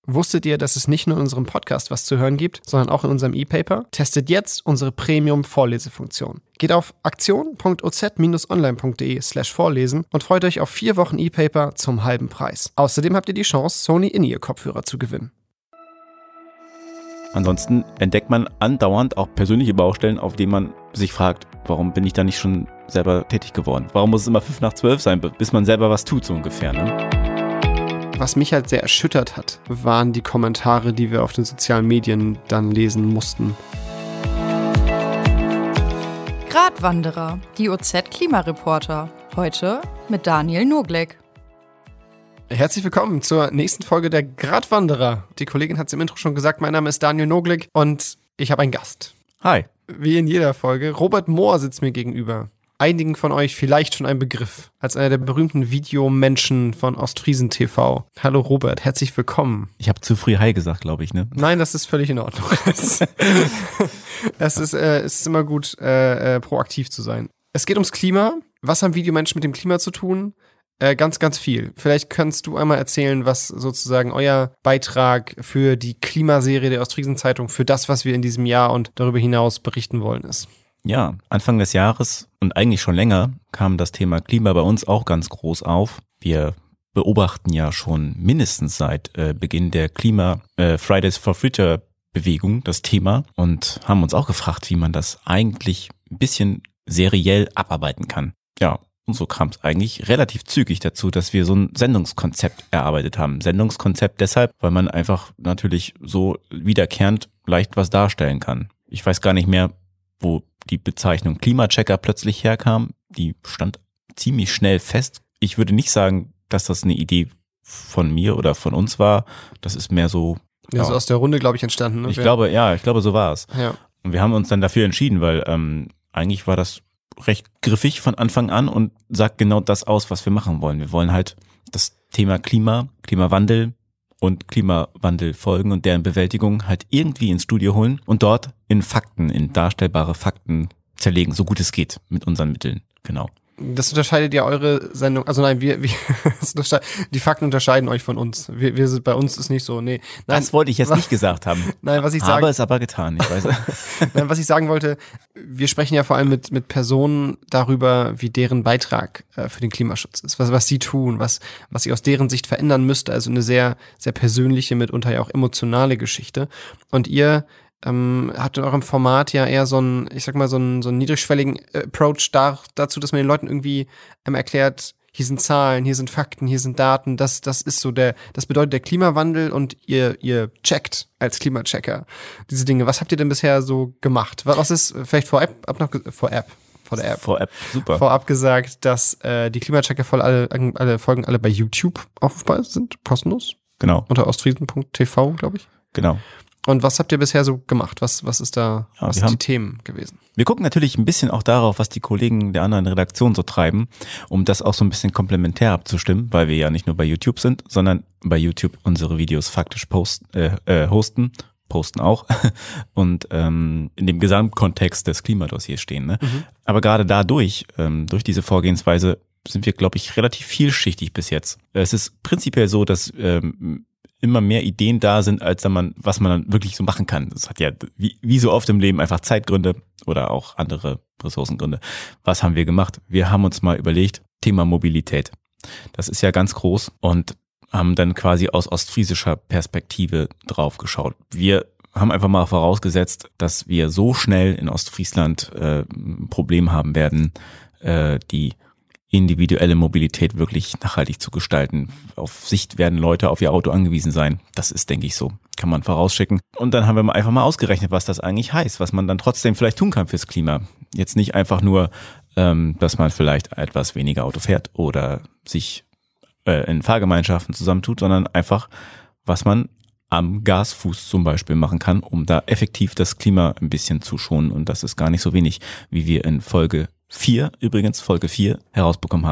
Wusstet ihr, dass es nicht nur in unserem Podcast was zu hören gibt, sondern auch in unserem E-Paper? Testet jetzt unsere Premium-Vorlesefunktion. Geht auf aktion.oz-online.de/vorlesen und freut euch auf 4 Wochen E-Paper zum halben Preis. Außerdem habt ihr die Chance, Sony In-Ear-Kopfhörer zu gewinnen. Ansonsten entdeckt man andauernd auch persönliche Baustellen, auf denen man sich fragt, warum bin ich da nicht schon selber tätig geworden? Warum muss es immer 11:55 sein, bis man selber was tut, so ungefähr, ne? Was mich halt sehr erschüttert hat, waren die Kommentare, die wir auf den sozialen Medien dann lesen mussten. Gratwanderer, die OZ-Klimareporter. Heute mit Daniel Noglek. Herzlich willkommen zur nächsten Folge der Gratwanderer. Die Kollegin hat es im Intro schon gesagt, mein Name ist Daniel Noglek und ich habe einen Gast. Hi. Wie in jeder Folge, Robert Mohr sitzt mir gegenüber. Einigen von euch vielleicht schon ein Begriff, als einer der berühmten Videomenschen von Ostfriesen TV. Hallo Robert, herzlich willkommen. Ich habe zu früh Hi gesagt, glaube ich, ne? Nein, das ist völlig in Ordnung. Es ist immer gut, proaktiv zu sein. Es geht ums Klima. Was haben Videomenschen mit dem Klima zu tun? Ganz, ganz viel. Vielleicht kannst du einmal erzählen, was sozusagen euer Beitrag für die Klimaserie der Ostfriesen-Zeitung, für das, was wir in diesem Jahr und darüber hinaus berichten wollen, ist. Ja, Anfang des Jahres und eigentlich schon länger kam das Thema Klima bei uns auch ganz groß auf. Wir beobachten ja schon mindestens seit Beginn der Fridays for Future Bewegung das Thema und haben uns auch gefragt, wie man das eigentlich ein bisschen seriell abarbeiten kann. Ja, und so kam es eigentlich relativ zügig dazu, dass wir so ein Sendungskonzept erarbeitet haben. Sendungskonzept deshalb, weil man einfach natürlich so wiederkehrend leicht was darstellen kann. Ich weiß gar nicht mehr, wo die Bezeichnung Klimachecker plötzlich herkam. Die stand ziemlich schnell fest. Ich würde nicht sagen, dass das eine Idee von mir oder von uns war. Das ist mehr so... Ja, so aus der Runde, glaube ich, entstanden. Ne? Ich glaube, so war es. Ja. Und wir haben uns dann dafür entschieden, weil eigentlich war das recht griffig von Anfang an und sagt genau das aus, was wir machen wollen. Wir wollen halt das Thema Klimawandel und Klimawandelfolgen und deren Bewältigung halt irgendwie ins Studio holen und dort in darstellbare Fakten zerlegen, so gut es geht mit unseren Mitteln. Genau. Das unterscheidet ja eure Sendung, also nein, die Fakten unterscheiden euch von uns. Wir sind, bei uns ist nicht so, nee. Nein, das wollte ich jetzt nicht gesagt haben. Nein, was ich sage. Habe es aber getan, ich weiß. Nein, was ich sagen wollte, wir sprechen ja vor allem mit Personen darüber, wie deren Beitrag für den Klimaschutz ist, was sie tun, was sich aus deren Sicht verändern müsste, also eine sehr, sehr persönliche, mitunter ja auch emotionale Geschichte. Und ihr habt in eurem Format ja eher so einen niedrigschwelligen Approach dazu, dass man den Leuten irgendwie erklärt, hier sind Zahlen, hier sind Fakten, hier sind Daten, das ist so das bedeutet der Klimawandel und ihr checkt als Klimachecker diese Dinge. Was habt ihr denn bisher so gemacht? Was ist vielleicht vorab gesagt, dass die Klimachecker alle Folgen alle bei YouTube aufrufbar sind, kostenlos? Genau. Unter ostfriesen.tv, glaube ich. Genau. Und was habt ihr bisher so gemacht? Was ist da, was sind die Themen gewesen? Wir gucken natürlich ein bisschen auch darauf, was die Kollegen der anderen Redaktion so treiben, um das auch so ein bisschen komplementär abzustimmen, weil wir ja nicht nur bei YouTube sind, sondern bei YouTube unsere Videos faktisch hosten auch und in dem Gesamtkontext des Klimadossiers stehen. Ne? Mhm. Aber gerade durch diese Vorgehensweise sind wir, glaube ich, relativ vielschichtig bis jetzt. Es ist prinzipiell so, dass immer mehr Ideen da sind, als was man dann wirklich so machen kann. Das hat ja wie so oft im Leben einfach Zeitgründe oder auch andere Ressourcengründe. Was haben wir gemacht? Wir haben uns mal überlegt, Thema Mobilität. Das ist ja ganz groß und haben dann quasi aus ostfriesischer Perspektive drauf geschaut. Wir haben einfach mal vorausgesetzt, dass wir so schnell in Ostfriesland ein Problem haben werden, die individuelle Mobilität wirklich nachhaltig zu gestalten. Auf Sicht werden Leute auf ihr Auto angewiesen sein. Das ist, denke ich, so. Kann man vorausschicken. Und dann haben wir einfach mal ausgerechnet, was das eigentlich heißt, was man dann trotzdem vielleicht tun kann fürs Klima. Jetzt nicht einfach nur, dass man vielleicht etwas weniger Auto fährt oder sich in Fahrgemeinschaften zusammentut, sondern einfach, was man am Gasfuß zum Beispiel machen kann, um da effektiv das Klima ein bisschen zu schonen. Und das ist gar nicht so wenig, wie wir in Folge 4 herausbekommen haben.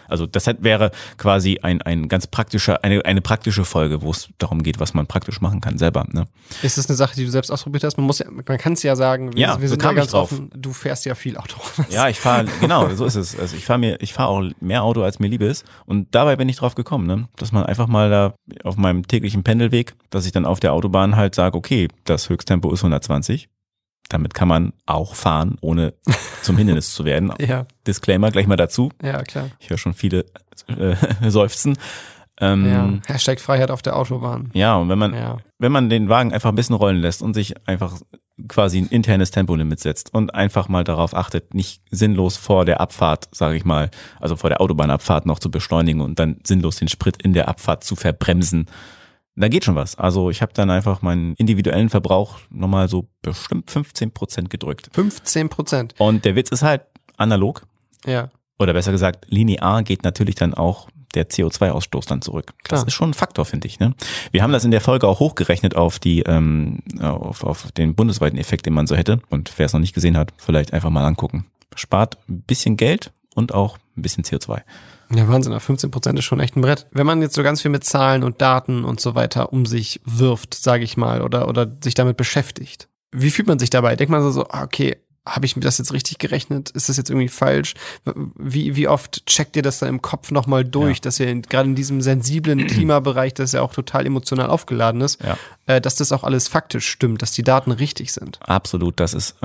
Also das wäre quasi eine praktische Folge, wo es darum geht, was man praktisch machen kann selber. Ne? Ist das eine Sache, die du selbst ausprobiert hast? Man kann es ja sagen, wir sind ja ganz offen, du fährst ja viel Auto. Ja, genau, so ist es. Also ich fahre auch mehr Auto, als mir lieb ist. Und dabei bin ich drauf gekommen, ne? Dass man einfach mal da auf meinem täglichen Pendelweg, dass ich dann auf der Autobahn halt sage, okay, das Höchsttempo ist 120. Damit kann man auch fahren, ohne zum Hindernis zu werden. Ja. Disclaimer gleich mal dazu. Ja, klar. Ich höre schon viele seufzen. Hashtag Freiheit auf der Autobahn. Ja, und wenn man den Wagen einfach ein bisschen rollen lässt und sich einfach quasi ein internes Tempolimit setzt und einfach mal darauf achtet, nicht sinnlos vor der Abfahrt, sage ich mal, also vor der Autobahnabfahrt noch zu beschleunigen und dann sinnlos den Sprit in der Abfahrt zu verbremsen, da geht schon was. Also ich habe dann einfach meinen individuellen Verbrauch nochmal so bestimmt 15% gedrückt. 15%? Und der Witz ist halt analog. Ja. Oder besser gesagt, linear geht natürlich dann auch der CO2-Ausstoß dann zurück. Klar. Das ist schon ein Faktor, finde ich. Ne? Wir haben das in der Folge auch hochgerechnet auf auf den bundesweiten Effekt, den man so hätte. Und wer es noch nicht gesehen hat, vielleicht einfach mal angucken. Spart ein bisschen Geld und auch ein bisschen CO2. Ja, Wahnsinn, 15% ist schon echt ein Brett. Wenn man jetzt so ganz viel mit Zahlen und Daten und so weiter um sich wirft, sage ich mal, oder sich damit beschäftigt, wie fühlt man sich dabei? Denkt man so, okay, habe ich mir das jetzt richtig gerechnet? Ist das jetzt irgendwie falsch? Wie oft checkt ihr das dann im Kopf nochmal durch, dass ihr gerade in diesem sensiblen Klimabereich, das ja auch total emotional aufgeladen ist, dass das auch alles faktisch stimmt, dass die Daten richtig sind? Absolut, das ist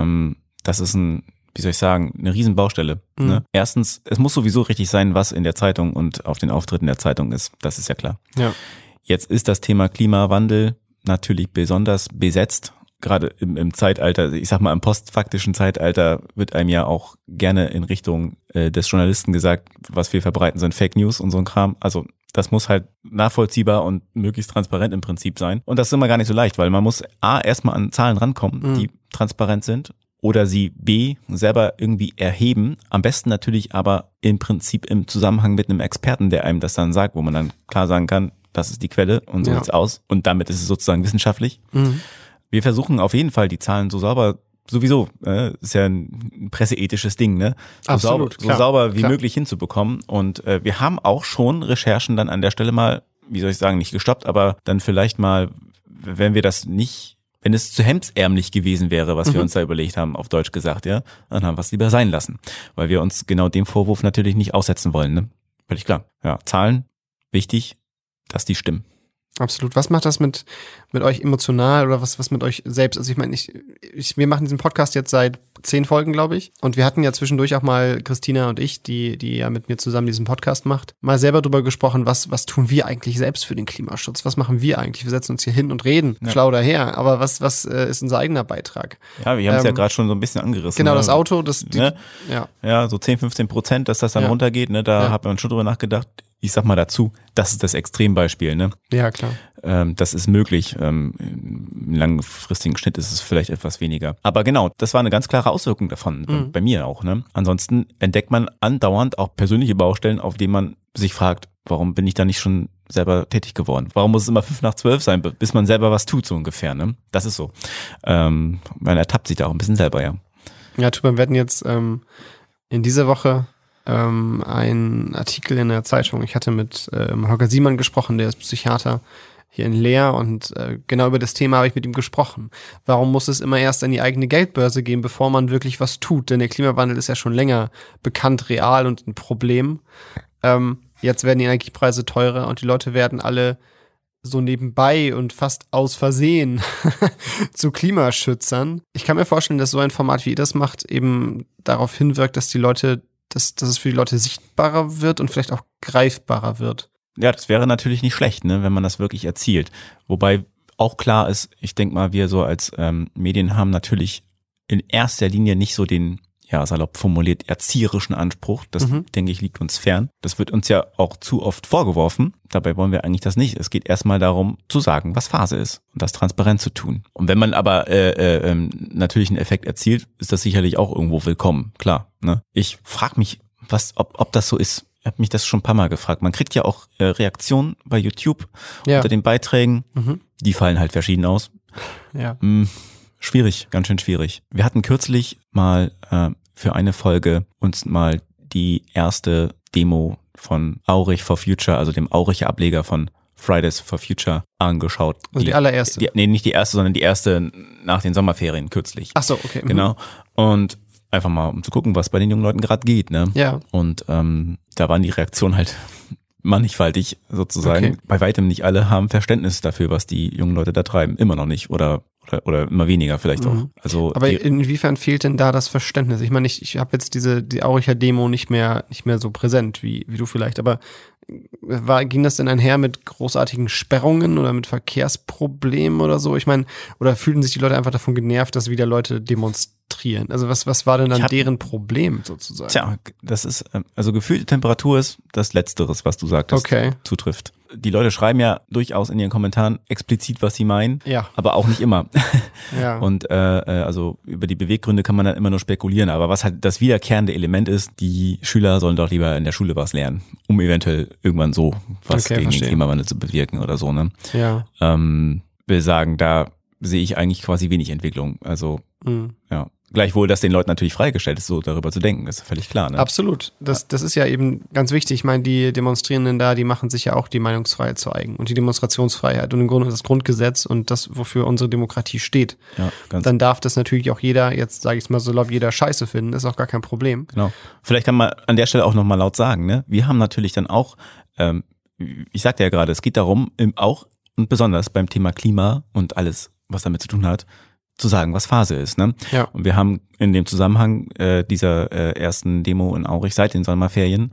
wie soll ich sagen, eine Riesenbaustelle. Ne? Erstens, es muss sowieso richtig sein, was in der Zeitung und auf den Auftritten der Zeitung ist. Das ist ja klar. Ja. Jetzt ist das Thema Klimawandel natürlich besonders besetzt. Gerade im Zeitalter, ich sag mal im postfaktischen Zeitalter wird einem ja auch gerne in Richtung des Journalisten gesagt, was wir verbreiten, sind Fake News und so ein Kram. Also das muss halt nachvollziehbar und möglichst transparent im Prinzip sein. Und das ist immer gar nicht so leicht, weil man muss erstmal an Zahlen rankommen, die transparent sind. Oder sie selber irgendwie erheben. Am besten natürlich aber im Prinzip im Zusammenhang mit einem Experten, der einem das dann sagt, wo man dann klar sagen kann, das ist die Quelle und so sieht's aus. Und damit ist es sozusagen wissenschaftlich. Wir versuchen auf jeden Fall die Zahlen so sauber, sowieso, ist ja ein presseethisches Ding, ne? So sauber wie möglich hinzubekommen. Und wir haben auch schon Recherchen dann an der Stelle mal, wie soll ich sagen, nicht gestoppt, aber dann vielleicht mal, wenn es zu hemdsärmlich gewesen wäre, was wir uns da überlegt haben, auf Deutsch gesagt, ja, dann haben wir es lieber sein lassen. Weil wir uns genau dem Vorwurf natürlich nicht aussetzen wollen, ne? Völlig klar. Ja, Zahlen, wichtig, dass die stimmen. Absolut. Was macht das mit euch emotional oder was mit euch selbst? Also ich meine, wir machen diesen Podcast jetzt seit 10 Folgen, glaube ich. Und wir hatten ja zwischendurch auch mal Christina und ich, die ja mit mir zusammen diesen Podcast macht, mal selber drüber gesprochen, was tun wir eigentlich selbst für den Klimaschutz? Was machen wir eigentlich? Wir setzen uns hier hin und reden, schlau daher. Aber was ist unser eigener Beitrag? Ja, wir haben es ja gerade schon so ein bisschen angerissen. Genau, ne? das Auto, so 10-15%, dass das dann runtergeht, ne? Da hat man schon drüber nachgedacht. Ich sag mal dazu, das ist das Extrembeispiel, ne? Ja, klar. Das ist möglich. Im langfristigen Schnitt ist es vielleicht etwas weniger. Aber genau, das war eine ganz klare Auswirkung davon, bei mir auch, ne? Ansonsten entdeckt man andauernd auch persönliche Baustellen, auf denen man sich fragt, warum bin ich da nicht schon selber tätig geworden? Warum muss es immer 11:55 sein, bis man selber was tut, so ungefähr, ne? Das ist so. Man ertappt sich da auch ein bisschen selber, ja. Ja, wir werden jetzt in dieser Woche ein Artikel in der Zeitung. Ich hatte mit Holger Siemann gesprochen, der ist Psychiater hier in Leer und genau über das Thema habe ich mit ihm gesprochen. Warum muss es immer erst an die eigene Geldbörse gehen, bevor man wirklich was tut? Denn der Klimawandel ist ja schon länger bekannt, real und ein Problem. Jetzt werden die Energiepreise teurer und die Leute werden alle so nebenbei und fast aus Versehen zu Klimaschützern. Ich kann mir vorstellen, dass so ein Format, wie ihr das macht, eben darauf hinwirkt, dass es für die Leute sichtbarer wird und vielleicht auch greifbarer wird. Ja, das wäre natürlich nicht schlecht, ne, wenn man das wirklich erzielt. Wobei auch klar ist, ich denke mal, wir so als Medien haben natürlich in erster Linie nicht so den, ja, salopp formuliert, erzieherischen Anspruch. Das, denke ich, liegt uns fern. Das wird uns ja auch zu oft vorgeworfen. Dabei wollen wir eigentlich das nicht. Es geht erstmal darum, zu sagen, was Phase ist und das transparent zu tun. Und wenn man aber natürlich einen Effekt erzielt, ist das sicherlich auch irgendwo willkommen. Klar, ne? Ich frage mich, ob das so ist. Ich habe mich das schon ein paar Mal gefragt. Man kriegt ja auch Reaktionen bei YouTube unter den Beiträgen. Die fallen halt verschieden aus. Ja. Schwierig, ganz schön schwierig. Wir hatten kürzlich mal für eine Folge uns mal die erste Demo von Aurich for Future, also dem Auricher Ableger von Fridays for Future, angeschaut. Also die allererste? Nicht die erste, sondern die erste nach den Sommerferien kürzlich. Ach so, okay. Genau. Und einfach mal, um zu gucken, was bei den jungen Leuten gerade geht. Ne? Ja. Und da waren die Reaktionen halt mannigfaltig sozusagen. Okay. Bei weitem nicht alle haben Verständnis dafür, was die jungen Leute da treiben. Immer noch nicht oder immer weniger vielleicht auch. Also aber inwiefern fehlt denn da das Verständnis? Ich meine, ich habe jetzt die Auricher Demo nicht mehr so präsent wie du vielleicht, aber ging das denn einher mit großartigen Sperrungen oder mit Verkehrsproblemen oder so? Ich meine, oder fühlten sich die Leute einfach davon genervt, dass wieder Leute demonstrieren? Also was war denn dann deren Problem sozusagen? Tja, das ist, also gefühlte Temperatur ist das Letzteres, was du sagtest, zutrifft. Die Leute schreiben ja durchaus in ihren Kommentaren explizit, was sie meinen, aber auch nicht immer. Ja. Und also über die Beweggründe kann man dann immer nur spekulieren, aber was halt das wiederkehrende Element ist, die Schüler sollen doch lieber in der Schule was lernen, um eventuell irgendwann so was gegen den Klimawandel zu bewirken oder so. Ne? Ja. Will sagen, da sehe ich eigentlich quasi wenig Entwicklung. Also ja. Gleichwohl, dass den Leuten natürlich freigestellt ist, so darüber zu denken, ist völlig klar. Ne? Absolut. Das ist ja eben ganz wichtig. Ich meine, die Demonstrierenden da, die machen sich ja auch die Meinungsfreiheit zu eigen und die Demonstrationsfreiheit und im Grunde das Grundgesetz und das, wofür unsere Demokratie steht. Ja, dann darf das natürlich auch jeder, jetzt sage ich es mal so laut, jeder Scheiße finden, ist auch gar kein Problem. Genau. Vielleicht kann man an der Stelle auch nochmal laut sagen, ne? Wir haben natürlich dann auch, ich sagte ja gerade, es geht darum, auch und besonders beim Thema Klima und alles, was damit zu tun hat, zu sagen, was Phase ist. Ne? Ja. Und wir haben in dem Zusammenhang dieser ersten Demo in Aurich seit den Sommerferien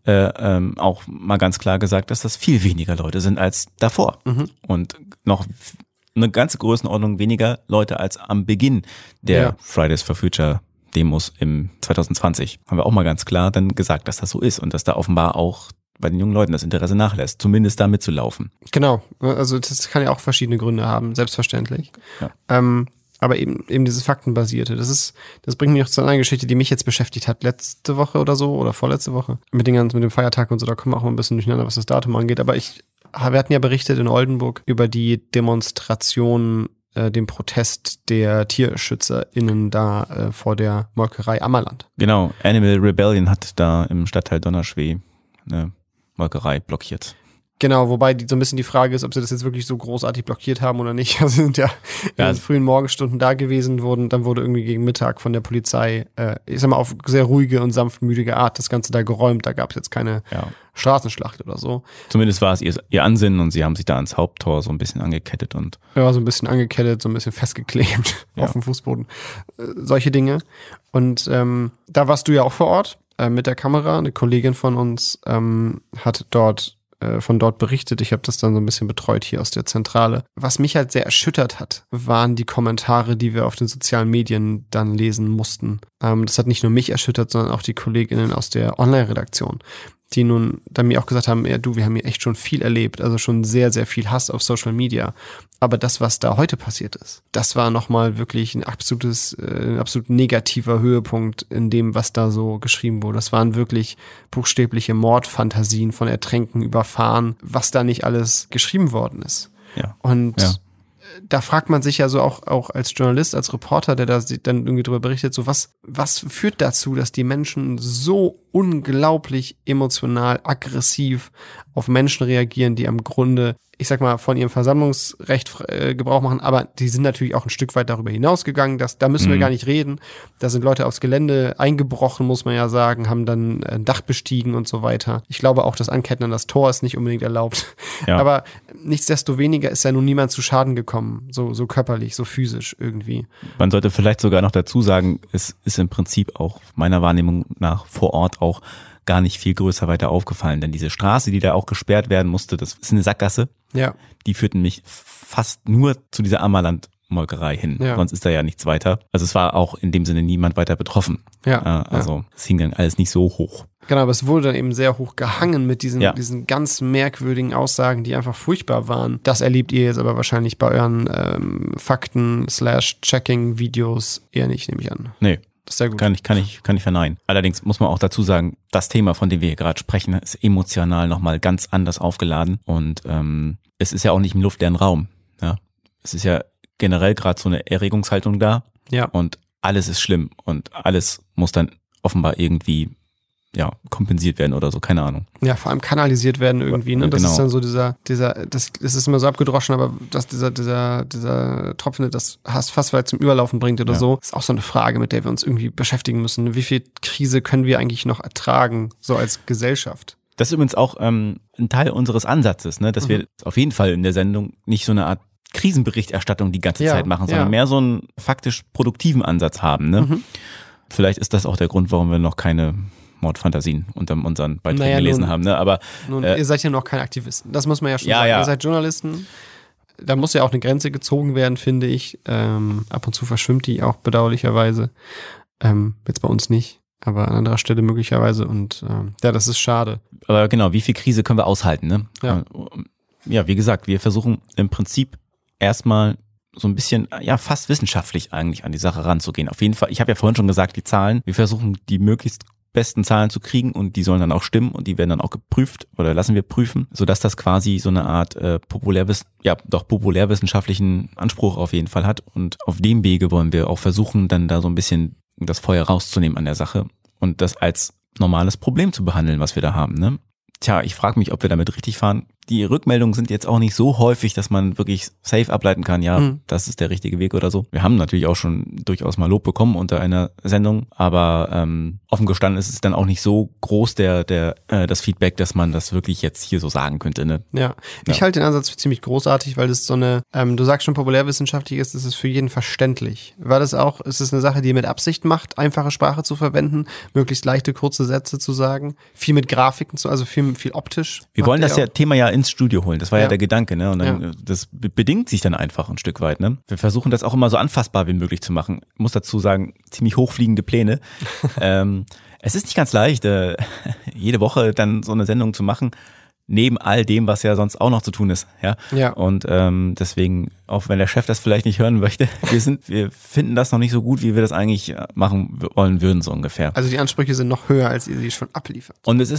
auch mal ganz klar gesagt, dass das viel weniger Leute sind als davor. Und noch eine ganze Größenordnung weniger Leute als am Beginn der Fridays for Future Demos im 2020. Haben wir auch mal ganz klar dann gesagt, dass das so ist und dass da offenbar auch bei den jungen Leuten das Interesse nachlässt, zumindest da mitzulaufen. Genau, also das kann ja auch verschiedene Gründe haben, selbstverständlich. Ja. Aber eben dieses Faktenbasierte, das bringt mich auch zu einer Geschichte, die mich jetzt beschäftigt hat, letzte Woche oder so, oder vorletzte Woche, mit dem Feiertag und so, da kommen wir auch mal ein bisschen durcheinander, was das Datum angeht, aber wir hatten ja berichtet in Oldenburg über die Demonstration, den Protest der TierschützerInnen da vor der Molkerei Ammerland. Genau, Animal Rebellion hat da im Stadtteil Donnerschweh eine Molkerei blockiert. Genau, wobei so ein bisschen die Frage ist, ob sie das jetzt wirklich so großartig blockiert haben oder nicht. Also sind ja in den frühen Morgenstunden da gewesen, dann wurde irgendwie gegen Mittag von der Polizei, ich sag mal auf sehr ruhige und sanftmütige Art das Ganze da geräumt. Da gab es jetzt keine Straßenschlacht oder so. Zumindest war es ihr Ansinnen und sie haben sich da ans Haupttor so ein bisschen angekettet und ja, so ein bisschen angekettet, so ein bisschen festgeklebt auf dem Fußboden. Solche Dinge. Und da warst du ja auch vor Ort mit der Kamera. Eine Kollegin von uns hat von dort berichtet. Ich habe das dann so ein bisschen betreut hier aus der Zentrale. Was mich halt sehr erschüttert hat, waren die Kommentare, die wir auf den sozialen Medien dann lesen mussten. Das hat nicht nur mich erschüttert, sondern auch die KollegInnen aus der Online-Redaktion, die nun dann mir auch gesagt haben, ja du, wir haben hier echt schon viel erlebt, also schon sehr, sehr viel Hass auf Social Media. Aber das, was da heute passiert ist, das war nochmal wirklich ein absolut negativer Höhepunkt in dem, was da so geschrieben wurde. Das waren wirklich buchstäbliche Mordfantasien von Ertränken, Überfahren, was da nicht alles geschrieben worden ist. Ja. Und da fragt man sich ja so auch als Journalist, als Reporter, der da dann irgendwie drüber berichtet, so was führt dazu, dass die Menschen so unglaublich emotional, aggressiv auf Menschen reagieren, die am Grunde, ich sag mal, von ihrem Versammlungsrecht Gebrauch machen, aber die sind natürlich auch ein Stück weit darüber hinausgegangen, da müssen wir gar nicht reden. Da sind Leute aufs Gelände eingebrochen, muss man ja sagen, haben dann ein Dach bestiegen und so weiter. Ich glaube auch, das Anketten an das Tor ist nicht unbedingt erlaubt. Ja. Aber nichtsdestoweniger ist ja nun niemand zu Schaden gekommen, so körperlich, so physisch irgendwie. Man sollte vielleicht sogar noch dazu sagen, es ist im Prinzip auch meiner Wahrnehmung nach vor Ort auch gar nicht viel größer weiter aufgefallen, denn diese Straße, die da auch gesperrt werden musste, das ist eine Sackgasse. Ja. Die führten mich fast nur zu dieser Ammerland-Molkerei hin. Ja. Sonst ist da ja nichts weiter. Also es war auch in dem Sinne niemand weiter betroffen. Ja. Also es hing dann alles nicht so hoch. Genau, aber es wurde dann eben sehr hoch gehangen mit diesen ganz merkwürdigen Aussagen, die einfach furchtbar waren. Das erlebt ihr jetzt aber wahrscheinlich bei euren Fakten/Checking-Videos eher nicht, nehme ich an. Nee. Das ist sehr gut. Kann ich verneinen. Allerdings muss man auch dazu sagen, das Thema, von dem wir hier gerade sprechen, ist emotional nochmal ganz anders aufgeladen und es ist ja auch nicht im luftleeren Raum. Ja? Es ist ja generell gerade so eine Erregungshaltung da und alles ist schlimm und alles muss dann offenbar irgendwie kompensiert werden oder so, keine Ahnung. Ja, vor allem kanalisiert werden irgendwie, ne? Das Genau. ist dann so das ist immer so abgedroschen, aber dass dieser Tropfen, das fast weit zum Überlaufen bringt oder so, ist auch so eine Frage, mit der wir uns irgendwie beschäftigen müssen. Wie viel Krise können wir eigentlich noch ertragen, so als Gesellschaft? Das ist übrigens auch ein Teil unseres Ansatzes, ne? Dass wir auf jeden Fall in der Sendung nicht so eine Art Krisenberichterstattung die ganze Zeit machen, sondern mehr so einen faktisch produktiven Ansatz haben, ne? Vielleicht ist das auch der Grund, warum wir noch keine Mordfantasien unter unseren Beiträgen gelesen haben, ne? Aber ihr seid ja noch keine Aktivisten. Das muss man ja schon sagen. Ja. Ihr seid Journalisten. Da muss ja auch eine Grenze gezogen werden, finde ich. Ab und zu verschwimmt die auch bedauerlicherweise. Jetzt bei uns nicht, aber an anderer Stelle möglicherweise. Und das ist schade. Aber genau, wie viel Krise können wir aushalten, ne? Ja. Ja, wie gesagt, wir versuchen im Prinzip erstmal so ein bisschen, fast wissenschaftlich eigentlich an die Sache ranzugehen. Auf jeden Fall, ich habe ja vorhin schon gesagt, die Zahlen, wir versuchen die möglichst besten Zahlen zu kriegen und die sollen dann auch stimmen und die werden dann auch geprüft oder lassen wir prüfen, sodass das quasi so eine Art populärwissenschaftlichen Anspruch auf jeden Fall hat. Und auf dem Wege wollen wir auch versuchen, dann da so ein bisschen das Feuer rauszunehmen an der Sache und das als normales Problem zu behandeln, was wir da haben, ne? Tja, ich frage mich, ob wir damit richtig fahren. Die Rückmeldungen sind jetzt auch nicht so häufig, dass man wirklich safe ableiten kann, das ist der richtige Weg oder so. Wir haben natürlich auch schon durchaus mal Lob bekommen unter einer Sendung, aber offen gestanden ist es dann auch nicht so groß, das Feedback, dass man das wirklich jetzt hier so sagen könnte. Ne? Ja, ich halte den Ansatz für ziemlich großartig, weil das so eine, du sagst schon populärwissenschaftlich ist es für jeden verständlich. Ist es eine Sache, die ihr mit Absicht macht, einfache Sprache zu verwenden, möglichst leichte, kurze Sätze zu sagen, viel mit Grafiken also viel optisch. Wir wollen das Thema ja ins Studio holen. Das war ja der Gedanke, ne? Und dann, das bedingt sich dann einfach ein Stück weit, ne? Wir versuchen das auch immer so anfassbar wie möglich zu machen. Ich muss dazu sagen, ziemlich hochfliegende Pläne. Es ist nicht ganz leicht, jede Woche dann so eine Sendung zu machen, neben all dem, was ja sonst auch noch zu tun ist, ja. Und deswegen, auch wenn der Chef das vielleicht nicht hören möchte, wir finden das noch nicht so gut, wie wir das eigentlich machen wollen würden, so ungefähr. Also die Ansprüche sind noch höher, als ihr sie schon abliefert. Und es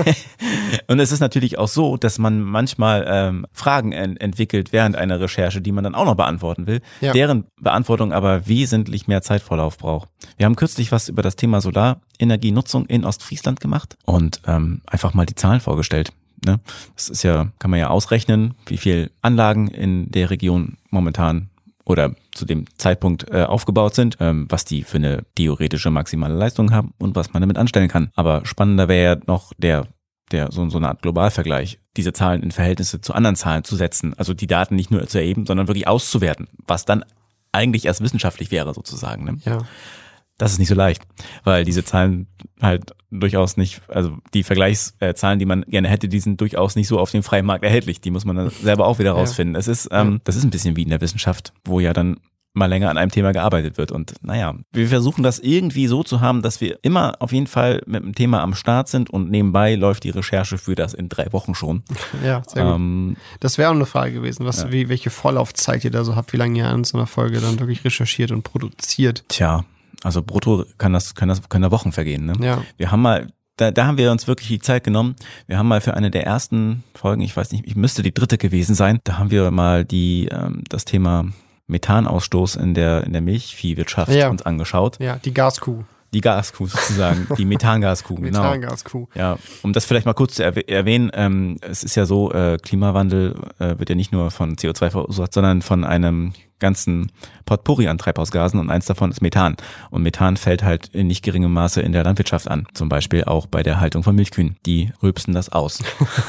ist natürlich auch so, dass man manchmal Fragen entwickelt während einer Recherche, die man dann auch noch beantworten will, deren Beantwortung aber wesentlich mehr Zeitvorlauf braucht. Wir haben kürzlich was über das Thema Solarenergienutzung in Ostfriesland gemacht und einfach mal die Zahlen vorgestellt. Ne? Das ist kann man ja ausrechnen, wie viel Anlagen in der Region momentan oder zu dem Zeitpunkt aufgebaut sind, was die für eine theoretische maximale Leistung haben und was man damit anstellen kann. Aber spannender wäre ja noch so eine Art Globalvergleich, diese Zahlen in Verhältnisse zu anderen Zahlen zu setzen, also die Daten nicht nur zu erheben, sondern wirklich auszuwerten, was dann eigentlich erst wissenschaftlich wäre sozusagen. Ne? Ja. Das ist nicht so leicht, weil diese Zahlen halt durchaus nicht, also die Vergleichszahlen, die man gerne hätte, die sind durchaus nicht so auf dem freien Markt erhältlich. Die muss man dann selber auch wieder rausfinden. Das ist ein bisschen wie in der Wissenschaft, wo ja dann mal länger an einem Thema gearbeitet wird. Und wir versuchen das irgendwie so zu haben, dass wir immer auf jeden Fall mit dem Thema am Start sind und nebenbei läuft die Recherche für das in 3 Wochen schon. Ja, sehr gut. Das wäre auch eine Frage gewesen, welche Vorlaufzeit ihr da so habt, wie lange ihr an so einer Folge dann wirklich recherchiert und produziert. Tja, also brutto können da Wochen vergehen. Ne? Ja. Wir haben mal, da haben wir uns wirklich die Zeit genommen. Wir haben mal für eine der ersten Folgen, ich weiß nicht, müsste die 3. gewesen sein, da haben wir mal das Thema Methanausstoß in der Milchviehwirtschaft uns angeschaut. Ja, die Gaskuh. Die Gaskuh sozusagen, die Methangaskuh, genau. Methangaskuh. Ja, um das vielleicht mal kurz zu erwähnen, es ist ja so, Klimawandel wird ja nicht nur von CO2 verursacht, sondern von einem ganzen Potpourri an Treibhausgasen und eins davon ist Methan. Und Methan fällt halt in nicht geringem Maße in der Landwirtschaft an. Zum Beispiel auch bei der Haltung von Milchkühen. Die rülpsen das aus.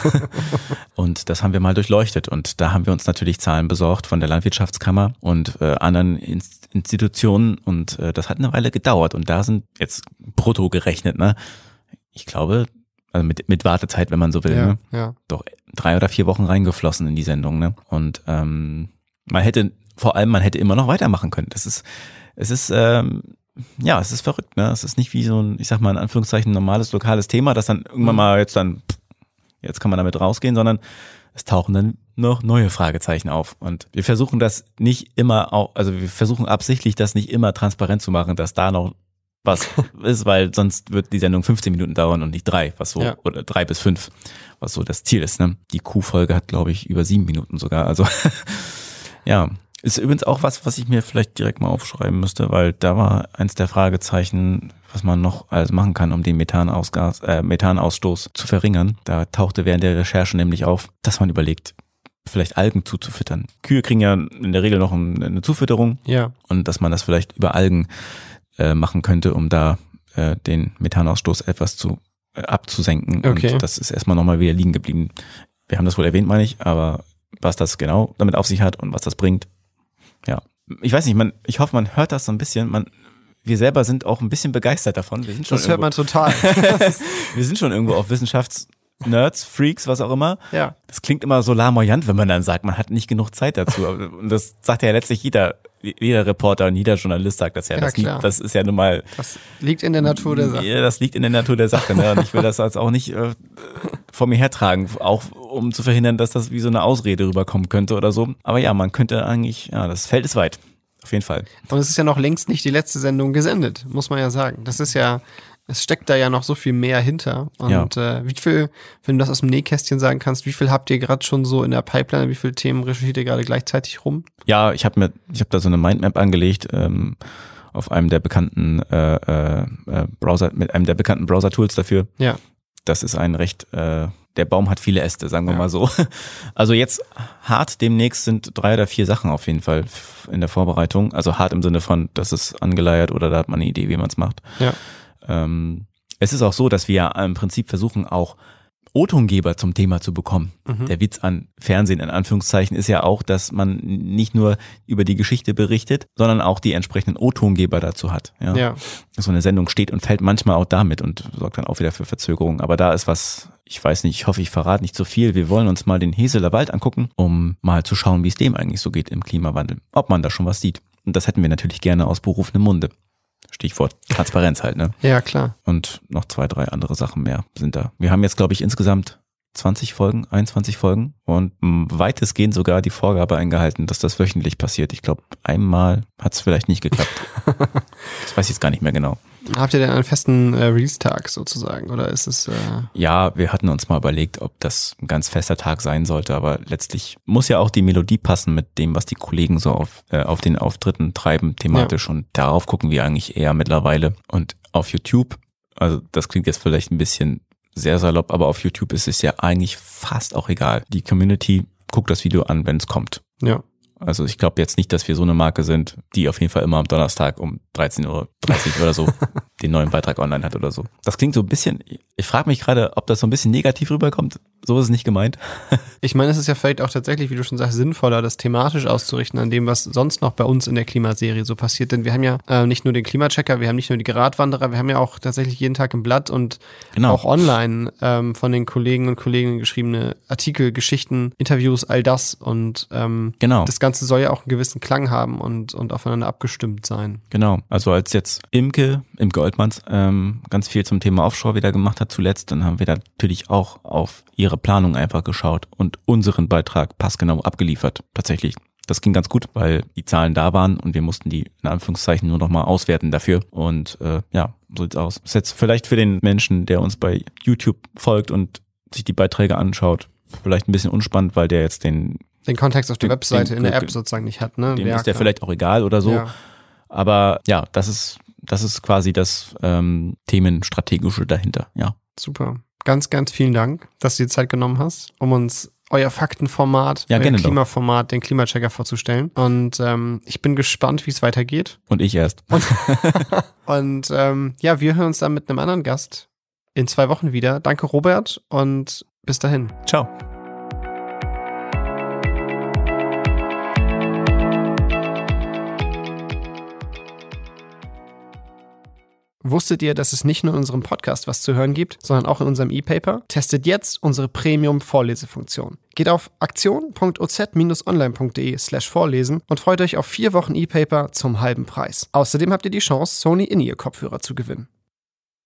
Und das haben wir mal durchleuchtet. Und da haben wir uns natürlich Zahlen besorgt von der Landwirtschaftskammer und anderen Institutionen. Und das hat eine Weile gedauert. Und da sind jetzt brutto gerechnet, ne? Ich glaube, also mit Wartezeit, wenn man so will, ne? Doch 3 oder 4 Wochen reingeflossen in die Sendung, ne? Und man hätte immer noch weitermachen können. Es ist verrückt, ne? Es ist nicht wie so ein, ich sag mal in Anführungszeichen, normales lokales Thema, das dann irgendwann mal jetzt kann man damit rausgehen, sondern es tauchen dann noch neue Fragezeichen auf. Und wir versuchen das nicht immer wir versuchen absichtlich, das nicht immer transparent zu machen, dass da noch was ist, weil sonst wird die Sendung 15 Minuten dauern und nicht 3, oder 3 bis 5, was so das Ziel ist, ne? Die Kuhfolge hat, glaube ich, über 7 Minuten sogar, also ja. Ist übrigens auch was ich mir vielleicht direkt mal aufschreiben müsste, weil da war eins der Fragezeichen, was man noch alles machen kann, um den Methanausstoß zu verringern. Da tauchte während der Recherche nämlich auf, dass man überlegt, vielleicht Algen zuzufüttern. Kühe kriegen ja in der Regel noch eine Zufütterung. Ja. Und dass man das vielleicht über Algen machen könnte, um da den Methanausstoß etwas abzusenken. Okay. Und das ist erstmal nochmal wieder liegen geblieben. Wir haben das wohl erwähnt, meine ich, aber was das genau damit auf sich hat und was das bringt, ja. Ich weiß nicht, ich hoffe, man hört das so ein bisschen. Wir selber sind auch ein bisschen begeistert davon. Wir sind schon Das hört man total. Wir sind schon irgendwo auf Wissenschaftsnerds, Freaks, was auch immer. Ja. Das klingt immer so larmoyant, wenn man dann sagt, man hat nicht genug Zeit dazu. Und das sagt ja letztlich jeder Reporter und jeder Journalist sagt das ja. Ja, klar. Das ist ja nun mal. Das liegt in der Natur der Sache. Ja, das liegt in der Natur der Sache. Ne? Und ich will das jetzt auch nicht vor mir hertragen, auch um zu verhindern, dass das wie so eine Ausrede rüberkommen könnte oder so. Aber ja, man könnte eigentlich, ja, das Feld ist weit. Auf jeden Fall. Und es ist ja noch längst nicht die letzte Sendung gesendet, muss man ja sagen. Das ist ja, es steckt da ja noch so viel mehr hinter. Und wie viel, wenn du das aus dem Nähkästchen sagen kannst, wie viel habt ihr gerade schon so in der Pipeline, wie viele Themen recherchiert ihr gerade gleichzeitig rum? Ja, ich hab da so eine Mindmap angelegt, auf einem der bekannten Browser, mit einem der bekannten Browser-Tools dafür. Ja. Das ist ein recht, der Baum hat viele Äste, sagen wir mal so. Also jetzt hart demnächst sind 3 oder 4 Sachen auf jeden Fall in der Vorbereitung. Also hart im Sinne von, das ist angeleiert oder da hat man eine Idee, wie man es macht. Ja. Es ist auch so, dass wir ja im Prinzip versuchen, auch O-Tongeber zum Thema zu bekommen. Der Witz an Fernsehen in Anführungszeichen ist ja auch, dass man nicht nur über die Geschichte berichtet, sondern auch die entsprechenden O-Tongeber dazu hat. Ja. So eine Sendung steht und fällt manchmal auch damit und sorgt dann auch wieder für Verzögerungen. Aber da ist was, ich weiß nicht, ich hoffe, ich verrate nicht zu viel. Wir wollen uns mal den Heseler Wald angucken, um mal zu schauen, wie es dem eigentlich so geht im Klimawandel. Ob man da schon was sieht. Und das hätten wir natürlich gerne aus berufenem Munde. Stichwort Transparenz halt, ne? Ja, klar. Und noch 2, 3 andere Sachen mehr sind da. Wir haben jetzt, glaube ich, insgesamt 21 Folgen und weitestgehend sogar die Vorgabe eingehalten, dass das wöchentlich passiert. Ich glaube, einmal hat es vielleicht nicht geklappt. Das weiß ich jetzt gar nicht mehr genau. Habt ihr denn einen festen Release-Tag sozusagen oder ist es... Ja, wir hatten uns mal überlegt, ob das ein ganz fester Tag sein sollte, aber letztlich muss ja auch die Melodie passen mit dem, was die Kollegen so auf den Auftritten treiben thematisch und darauf gucken wir eigentlich eher mittlerweile. Und auf YouTube, also das klingt jetzt vielleicht ein bisschen sehr salopp, aber auf YouTube ist es ja eigentlich fast auch egal. Die Community guckt das Video an, wenn es kommt. Ja. Also ich glaube jetzt nicht, dass wir so eine Marke sind, die auf jeden Fall immer am Donnerstag um 13:30 Uhr oder so den neuen Beitrag online hat oder so. Das klingt so ein bisschen, ich frage mich gerade, ob das so ein bisschen negativ rüberkommt. So ist es nicht gemeint. Ich meine, es ist ja vielleicht auch tatsächlich, wie du schon sagst, sinnvoller, das thematisch auszurichten an dem, was sonst noch bei uns in der Klimaserie so passiert. Denn wir haben ja nicht nur den Klimachecker, wir haben nicht nur die Gradwanderer, wir haben ja auch tatsächlich jeden Tag im Blatt und auch online von den Kollegen und Kolleginnen geschriebene Artikel, Geschichten, Interviews, all das. Und das Ganze soll ja auch einen gewissen Klang haben und aufeinander abgestimmt sein. Genau, also als jetzt Imke Oltmanns ganz viel zum Thema Offshore wieder gemacht hat zuletzt, dann haben wir da natürlich auch auf ihre Planung einfach geschaut und unseren Beitrag passgenau abgeliefert. Tatsächlich. Das ging ganz gut, weil die Zahlen da waren und wir mussten die in Anführungszeichen nur nochmal auswerten dafür. Und so sieht's aus. Ist jetzt vielleicht für den Menschen, der uns bei YouTube folgt und sich die Beiträge anschaut, vielleicht ein bisschen unspannend, weil der jetzt den Kontext auf der Webseite in der App sozusagen nicht hat. Ne? Dem ist der vielleicht auch egal oder so. Ja. Aber ja, das ist quasi das Themenstrategische dahinter. Ja. Super. Ganz, ganz vielen Dank, dass du dir Zeit genommen hast, um uns euer Faktenformat, euer Klimaformat, den Klimachecker vorzustellen. Und ich bin gespannt, wie es weitergeht. Und ich erst. Und wir hören uns dann mit einem anderen Gast in 2 Wochen wieder. Danke, Robert, und bis dahin. Ciao. Wusstet ihr, dass es nicht nur in unserem Podcast was zu hören gibt, sondern auch in unserem E-Paper? Testet jetzt unsere Premium-Vorlesefunktion. Geht auf aktion.oz-online.de/vorlesen und freut euch auf 4 Wochen E-Paper zum halben Preis. Außerdem habt ihr die Chance, Sony In-Ear-Kopfhörer zu gewinnen.